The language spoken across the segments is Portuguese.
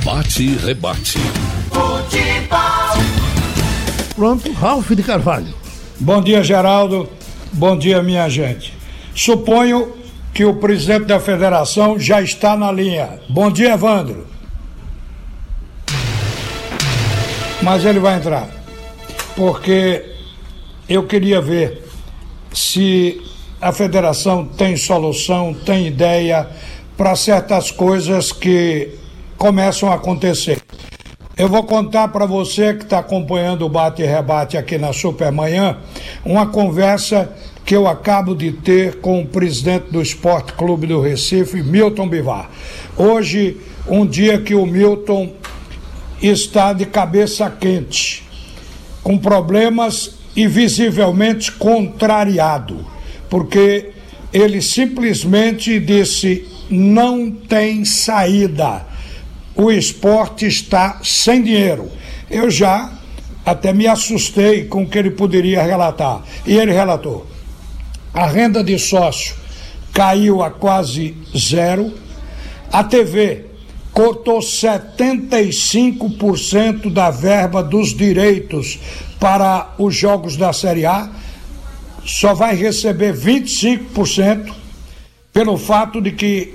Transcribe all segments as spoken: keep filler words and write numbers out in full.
Bate e rebate. Futebol. Pronto, Ralf de Carvalho. Bom dia, Geraldo. Bom dia, minha gente. Suponho que o presidente da federação já está na linha. Bom dia, Evandro. Mas ele vai entrar, porque eu queria ver se a federação tem solução, tem ideia para certas coisas que começam a acontecer. Eu vou contar para você que está acompanhando o Bate e Rebate aqui na Supermanhã, uma conversa que eu acabo de ter com o presidente do Esporte Clube do Recife, Milton Bivar. Hoje, um dia que o Milton está de cabeça quente, com problemas e visivelmente contrariado, porque ele simplesmente disse: não tem saída, o esporte está sem dinheiro. Eu já até me assustei com o que ele poderia relatar, e ele relatou: a renda de sócio caiu a quase zero, a T V cortou setenta e cinco por cento da verba dos direitos para os jogos da Série A, só vai receber vinte e cinco por cento pelo fato de que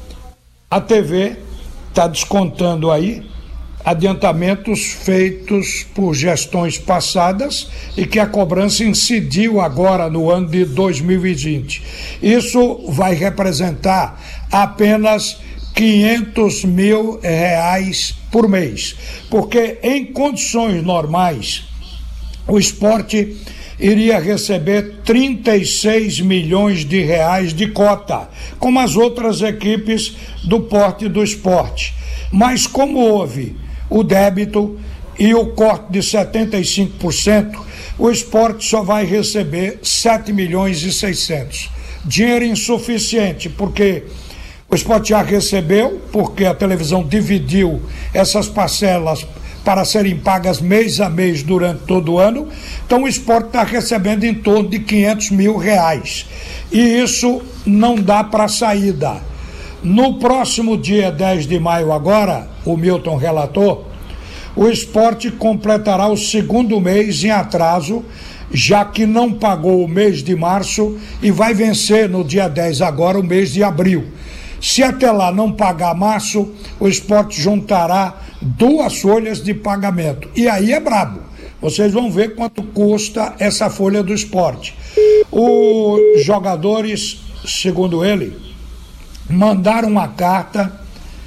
a T V está descontando aí adiantamentos feitos por gestões passadas e que a cobrança incidiu agora no ano de dois mil e vinte. Isso vai representar apenas quinhentos mil reais por mês, porque em condições normais o esporte iria receber trinta e seis milhões de reais de cota, como as outras equipes do porte do esporte. Mas como houve o débito e o corte de setenta e cinco por cento, o esporte só vai receber sete milhões e seiscentos. Dinheiro insuficiente, porque o esporte já recebeu, porque a televisão dividiu essas parcelas para serem pagas mês a mês durante todo o ano. Então o esporte está recebendo em torno de quinhentos mil reais. E isso não dá para saída. No próximo dia dez de maio agora, o Milton relatou, o esporte completará o segundo mês em atraso, já que não pagou o mês de março e vai vencer no dia dez agora o mês de abril. Se até lá não pagar março, o esporte juntará duas folhas de pagamento. E aí é brabo. Vocês vão ver quanto custa essa folha do esporte. Os jogadores, segundo ele, mandaram uma carta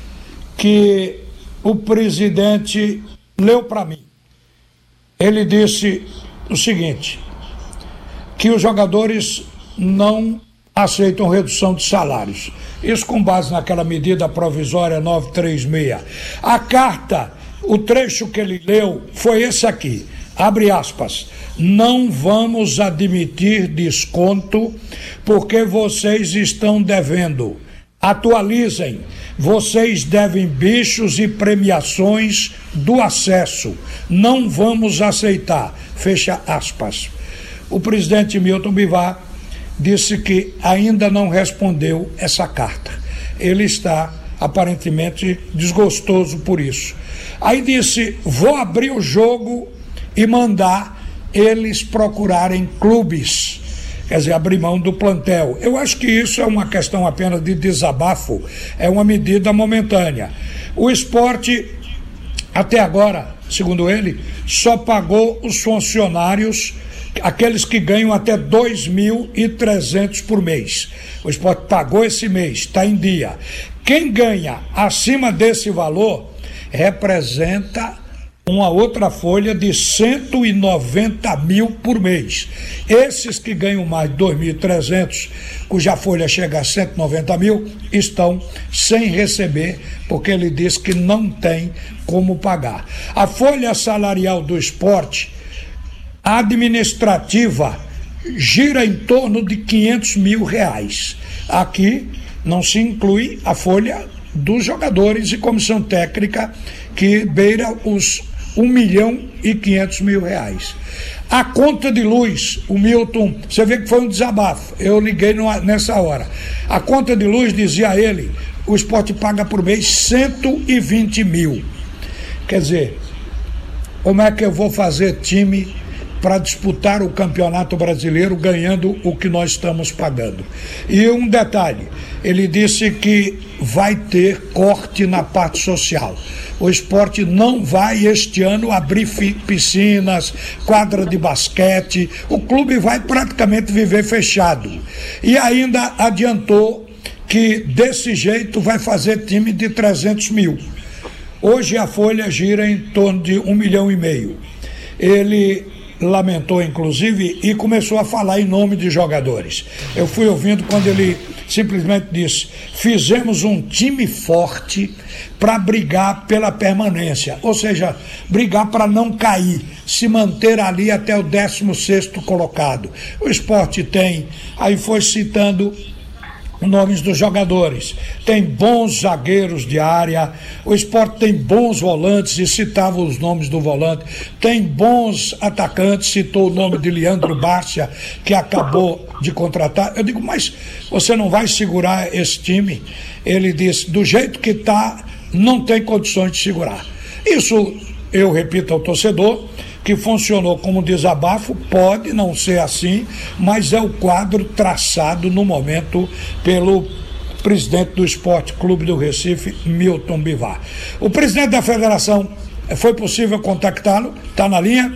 que o presidente leu para mim. Ele disse o seguinte, que os jogadores não aceitam redução de salários. Isso com base naquela medida provisória novecentos e trinta e seis. A carta, o trecho que ele leu foi esse aqui, abre aspas: não vamos admitir desconto porque vocês estão devendo. Atualizem, vocês devem bichos e premiações do acesso. Não vamos aceitar. Fecha aspas. O presidente Milton Bivar disse que ainda não respondeu essa carta. Ele está aparentemente desgostoso por isso. Aí disse: vou abrir o jogo e mandar eles procurarem clubes, quer dizer, abrir mão do plantel. Eu acho que isso é uma questão apenas de desabafo, é uma medida momentânea. O esporte, até agora, segundo ele, só pagou os funcionários, aqueles que ganham até dois mil e trezentos por mês. O esporte pagou esse mês, está em dia. Quem ganha acima desse valor representa uma outra folha de cento e noventa mil por mês. Esses que ganham mais de dois mil e trezentos, cuja folha chega a cento e noventa mil, estão sem receber, porque ele diz que não tem como pagar. A folha salarial do esporte administrativa gira em torno de quinhentos mil reais. Aqui não se inclui a folha dos jogadores e comissão técnica, que beira os um milhão e quinhentos mil reais. A conta de luz, o Milton, você vê que foi um desabafo, eu liguei numa, nessa hora. A conta de luz, dizia ele, o esporte paga por mês cento e vinte mil. Quer dizer, como é que eu vou fazer time para disputar o Campeonato Brasileiro ganhando o que nós estamos pagando? E um detalhe, ele disse que vai ter corte na parte social. O esporte não vai este ano abrir piscinas, quadra de basquete, o clube vai praticamente viver fechado. E ainda adiantou que desse jeito vai fazer time de trezentos mil. Hoje a folha gira em torno de um milhão e meio. Ele lamentou, inclusive, e começou a falar em nome de jogadores. Eu fui ouvindo quando ele simplesmente disse: fizemos um time forte para brigar pela permanência, ou seja, brigar para não cair, se manter ali até o décimo sexto colocado. O esporte tem, aí foi citando nomes dos jogadores, tem bons zagueiros de área, o esporte tem bons volantes, e citava os nomes do volante, tem bons atacantes, citou o nome de Leandro Bárcia, que acabou de contratar. Eu digo, mas você não vai segurar esse time? Ele disse, do jeito que está, não tem condições de segurar. Isso, eu repito ao torcedor, que funcionou como desabafo, pode não ser assim, mas é o quadro traçado no momento pelo presidente do Esporte Clube do Recife, Milton Bivar. O presidente da federação, foi possível contactá-lo? Está na linha?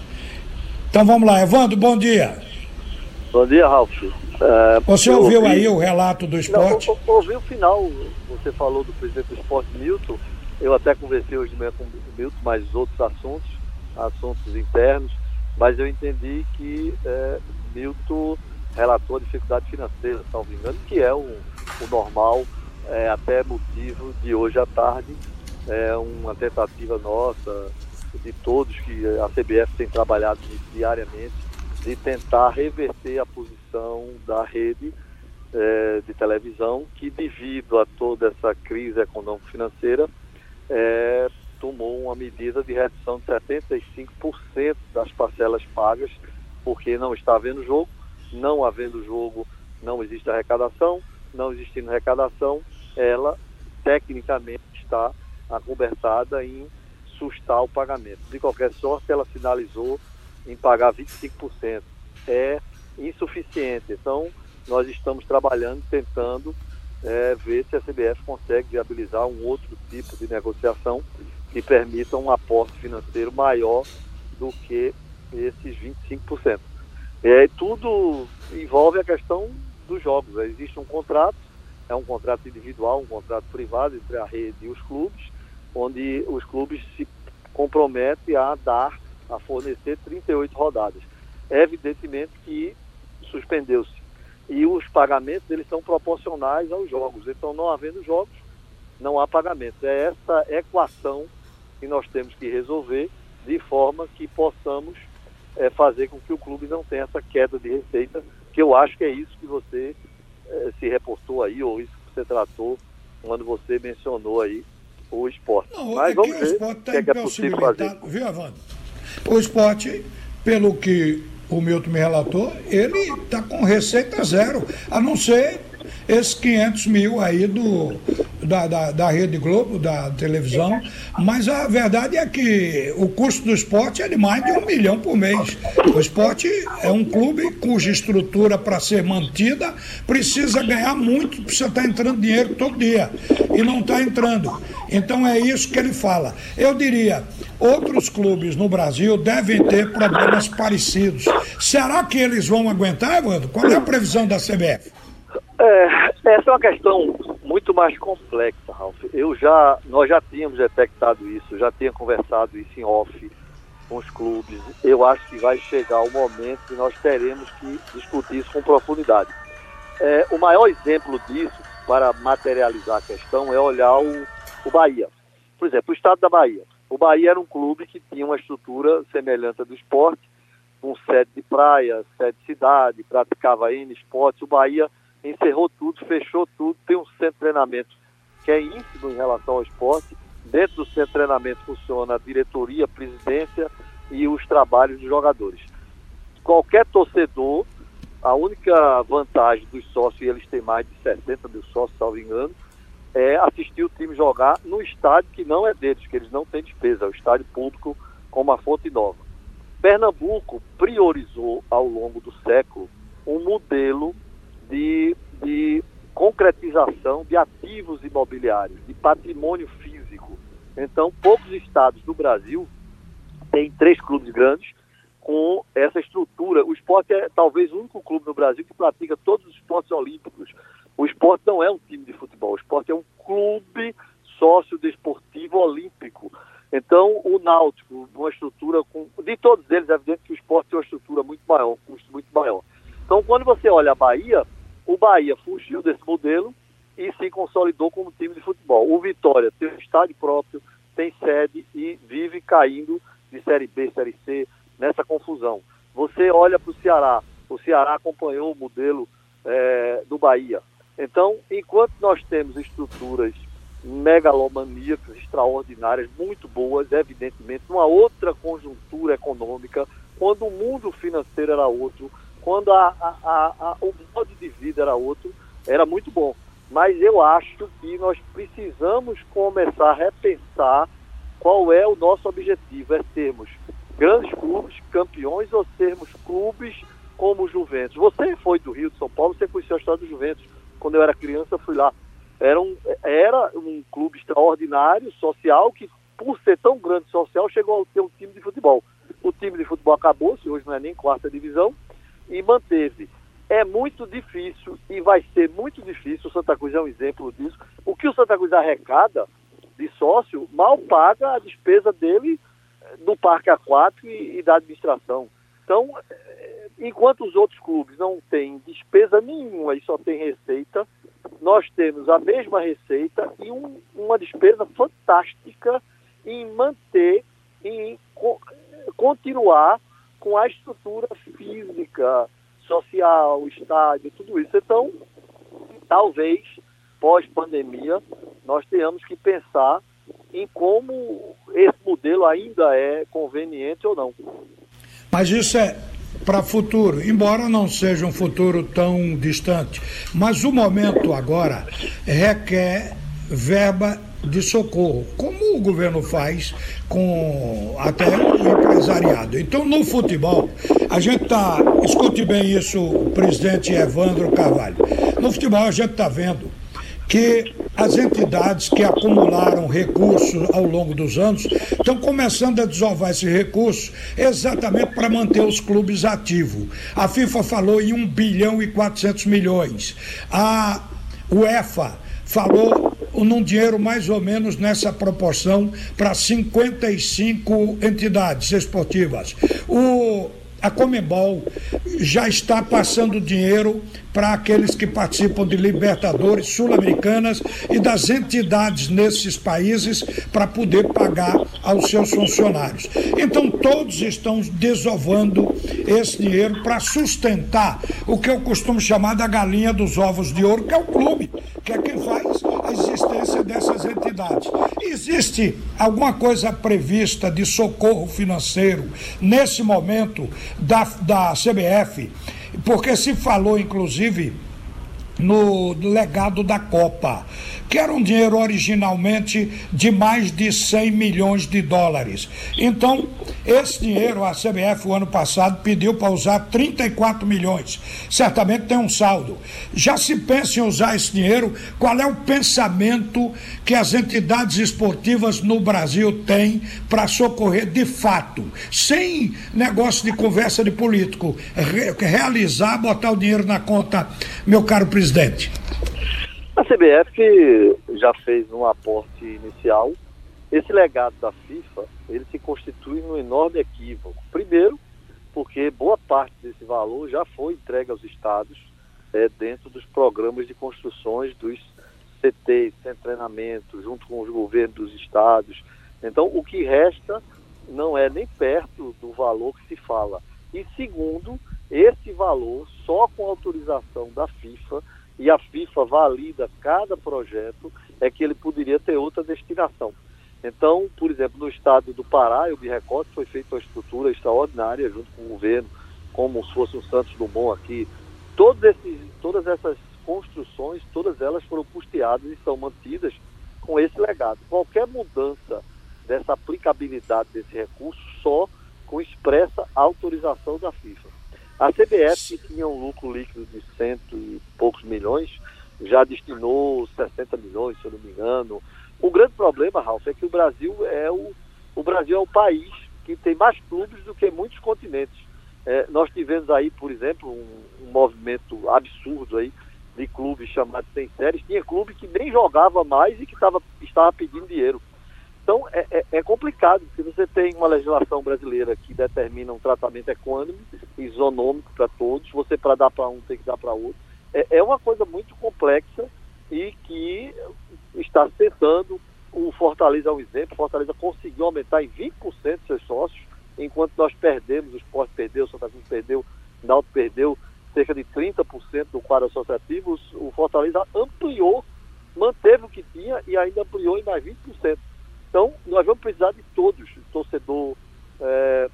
Então vamos lá, Evandro, bom dia. Bom dia, Ralf. É, você ouviu ouvi... aí o relato do esporte? Não, eu, eu ouvi o final, você falou do presidente do Esporte, Milton. Eu até conversei hoje de manhã com o Milton, mas outros assuntos, assuntos internos, mas eu entendi que é, Milton relatou a dificuldade financeira, salvo engano, que é o, o normal, é, até motivo de hoje à tarde, é uma tentativa nossa, de todos que a C B F tem trabalhado diariamente, de tentar reverter a posição da rede é, de televisão, que devido a toda essa crise econômico-financeira, é, tomou uma medida de redução de setenta e cinco por cento das parcelas pagas, porque não está havendo jogo, não havendo jogo não existe arrecadação, não existindo arrecadação, ela tecnicamente está acobertada em sustar o pagamento. De qualquer sorte, ela finalizou em pagar vinte e cinco por cento. É insuficiente, então nós estamos trabalhando, tentando é, ver se a C B F consegue viabilizar um outro tipo de negociação que permita um aporte financeiro maior do que esses vinte e cinco por cento. É, tudo envolve a questão dos jogos. Existe um contrato, é um contrato individual, um contrato privado entre a rede e os clubes, onde os clubes se comprometem a dar, a fornecer trinta e oito rodadas. Evidentemente que suspendeu-se. E os pagamentos, eles são proporcionais aos jogos. Então, não havendo jogos, não há pagamentos. É essa equação que nós temos que resolver de forma que possamos é, fazer com que o clube não tenha essa queda de receita, que eu acho que é isso que você é, se reportou aí, ou isso que você tratou quando você mencionou aí o esporte. Não, mas é vamos que ver o esporte está o que é, que é possível fazer. Viu, Evandro? O esporte, pelo que o Milton me relatou, ele está com receita zero, a não ser esses quinhentos mil aí do, da, da, da Rede Globo, da televisão, mas a verdade é que o custo do esporte é de mais de um milhão por mês. O esporte é um clube cuja estrutura, para ser mantida, precisa ganhar muito, precisa estar entrando dinheiro todo dia, e não está entrando. Então é isso que ele fala. Eu diria, outros clubes no Brasil devem ter problemas parecidos. Será que eles vão aguentar, Evandro? Qual é a previsão da C B F? É, essa é uma questão muito mais complexa, Ralf. Eu já, nós já tínhamos detectado isso, já tinha conversado isso em off com os clubes. Eu acho que vai chegar o momento que nós teremos que discutir isso com profundidade. É, o maior exemplo disso, para materializar a questão, é olhar o, o Bahia. Por exemplo, o estado da Bahia. O Bahia era um clube que tinha uma estrutura semelhante à do esporte, com sede de praia, sede de cidade, praticava N esportes. O Bahia encerrou tudo, fechou tudo, tem um centro de treinamento que é ínfimo em relação ao esporte. Dentro do centro de treinamento funciona a diretoria, a presidência e os trabalhos dos jogadores. Qualquer torcedor, a única vantagem dos sócios, e eles têm mais de sessenta mil sócios, salvo engano, é, assistir o time jogar no estádio que não é deles, que eles não têm despesa, é o estádio público como a Fonte Nova. Pernambuco priorizou ao longo do século um modelo de, de concretização de ativos imobiliários, de patrimônio físico. Então, poucos estados do Brasil têm três clubes grandes com essa estrutura. O Sport é talvez o único clube no Brasil que pratica todos os esportes olímpicos. O Sport não é um time de futebol, o Sport é um clube sócio-desportivo olímpico. Então, o Náutico, uma estrutura, com, de todos eles, é evidente que o Sport tem uma estrutura muito maior, um custo muito maior. Então, quando você olha a Bahia, o Bahia fugiu desse modelo e se consolidou como time de futebol. O Vitória tem um estádio próprio, tem sede e vive caindo de Série B, Série C, nessa confusão. Você olha para o Ceará, o Ceará acompanhou o modelo é, do Bahia. Então, enquanto nós temos estruturas megalomaníacas, extraordinárias, muito boas, evidentemente, numa outra conjuntura econômica, quando o mundo financeiro era outro, quando a, a, a, a, o modo de vida era outro, era muito bom. Mas eu acho que nós precisamos começar a repensar qual é o nosso objetivo. É sermos grandes clubes, campeões, ou sermos clubes como o Juventus. Você foi do Rio de São Paulo, você conheceu a história do Juventus. Quando eu era criança, fui lá. Era um, era um clube extraordinário, social, que por ser tão grande social, chegou a ter um time de futebol. O time de futebol acabou-se, hoje não é nem quarta divisão, e manteve. É muito difícil, e vai ser muito difícil, o Santa Cruz é um exemplo disso. O que o Santa Cruz arrecada de sócio, mal paga a despesa dele do parque aquático e, e da administração. Então, enquanto os outros clubes não têm despesa nenhuma e só tem receita, nós temos a mesma receita e um, uma despesa fantástica em manter, em co- continuar com a estrutura física, social, estádio, tudo isso. Então, talvez, pós-pandemia, nós tenhamos que pensar em como esse modelo ainda é conveniente ou não. Mas isso é para futuro, embora não seja um futuro tão distante. Mas o momento agora requer verba de socorro, como o governo faz com até o empresariado. Então, no futebol, a gente está, escute bem isso, o presidente Evandro Carvalho, no futebol a gente está vendo que as entidades que acumularam recursos ao longo dos anos estão começando a desovar esse recurso exatamente para manter os clubes ativos. A FIFA falou em um bilhão e quatrocentos milhões. A UEFA falou num dinheiro mais ou menos nessa proporção para cinquenta e cinco entidades esportivas. O A Conmebol já está passando dinheiro para aqueles que participam de Libertadores, Sul-Americanas e das entidades nesses países para poder pagar aos seus funcionários. Então todos estão desovando esse dinheiro para sustentar o que eu costumo chamar da galinha dos ovos de ouro, que é o clube, que é quem faz a existência dessas entidades. Existe alguma coisa prevista de socorro financeiro nesse momento da, da C B F? Porque se falou, inclusive, no legado da Copa, que era um dinheiro originalmente de mais de cem milhões de dólares. Então, esse dinheiro, a C B F, o ano passado, pediu para usar trinta e quatro milhões. Certamente tem um saldo. Já se pensa em usar esse dinheiro? Qual é o pensamento que as entidades esportivas no Brasil têm para socorrer de fato, sem negócio de conversa de político, re- realizar, botar o dinheiro na conta, meu caro presidente? A C B F já fez um aporte inicial. Esse legado da FIFA, ele se constitui num enorme equívoco. Primeiro, porque boa parte desse valor já foi entregue aos estados é, dentro dos programas de construções dos C Tês, sem treinamento, junto com os governos dos estados. Então, o que resta não é nem perto do valor que se fala. E segundo, esse valor, só com autorização da FIFA, e a FIFA valida cada projeto, é que ele poderia ter outra destinação. Então, por exemplo, no estado do Pará, eu me recordo que foi feita uma estrutura extraordinária junto com o governo, como se fosse um Santos Dumont aqui. Todos esses, todas essas construções, todas elas foram custeadas e são mantidas com esse legado. Qualquer mudança dessa aplicabilidade desse recurso só com expressa autorização da FIFA. A C B F, que tinha um lucro líquido de cento e poucos milhões, já destinou sessenta milhões, se eu não me engano. O grande problema, Ralf, é que o Brasil é o, o Brasil é o país que tem mais clubes do que muitos continentes. É, nós tivemos aí, por exemplo, um, um movimento absurdo aí de clubes chamados sem séries. Tinha clube que nem jogava mais e que tava, estava pedindo dinheiro. Então é, é, é complicado, porque você tem uma legislação brasileira que determina um tratamento equânime, isonômico para todos, você para dar para um tem que dar para outro. É, é uma coisa muito complexa e que está tentando. O Fortaleza é um exemplo. O Fortaleza conseguiu aumentar em vinte por cento seus sócios, enquanto nós perdemos, o Sport perdeu, o Santa Cruz perdeu, o Náutico perdeu cerca de trinta por cento do quadro associativo. O Fortaleza ampliou, manteve o que tinha e ainda ampliou em mais vinte por cento. Então, nós vamos precisar de todos, torcedor, é,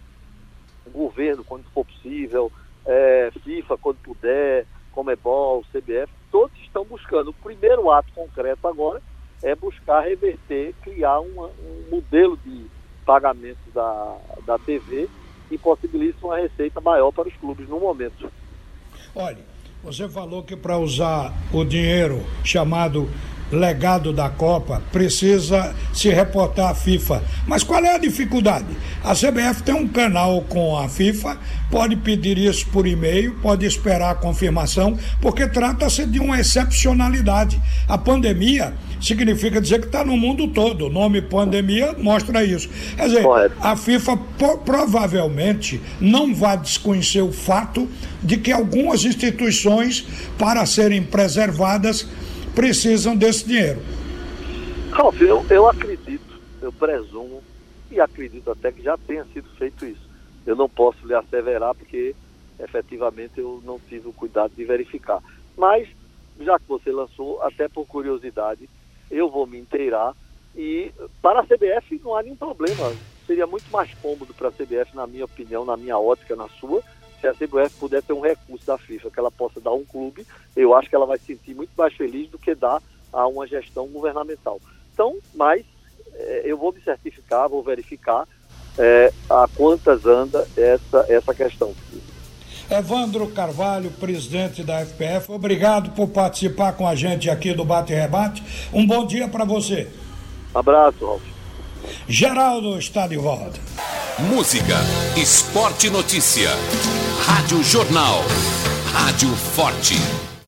governo, quando for possível, é, FIFA, quando puder, Comebol, C B F, todos estão buscando. O primeiro ato concreto agora é buscar reverter, criar uma, um modelo de pagamento da, da T V que possibilite uma receita maior para os clubes no momento. Olha, você falou que para usar o dinheiro chamado legado da Copa precisa se reportar à FIFA. Mas qual é a dificuldade? A C B F tem um canal com a FIFA, pode pedir isso por e-mail, pode esperar a confirmação, porque trata-se de uma excepcionalidade. A pandemia significa dizer que está no mundo todo. O nome pandemia mostra isso. Quer dizer, correto. A FIFA po- provavelmente não vai desconhecer o fato de que algumas instituições, para serem preservadas, precisam desse dinheiro. Ralf, eu, eu acredito, eu presumo e acredito até que já tenha sido feito isso. Eu não posso lhe asseverar porque efetivamente eu não tive o cuidado de verificar. Mas, já que você lançou, até por curiosidade, eu vou me inteirar e para a C B F não há nenhum problema. Seria muito mais cômodo para a C B F, na minha opinião, na minha ótica, na sua, se a C B F puder ter um recurso da FIFA que ela possa dar a um clube. Eu acho que ela vai se sentir muito mais feliz do que dar a uma gestão governamental. Então, mas é, eu vou me certificar, vou verificar é, a quantas anda essa, essa questão. Evandro Carvalho, presidente da F P F, obrigado por participar com a gente aqui do Bate e Rebate. Um bom dia para você. Abraço, Ralf. Geraldo está de volta. Música, esporte, notícia. Rádio Jornal. Rádio Forte.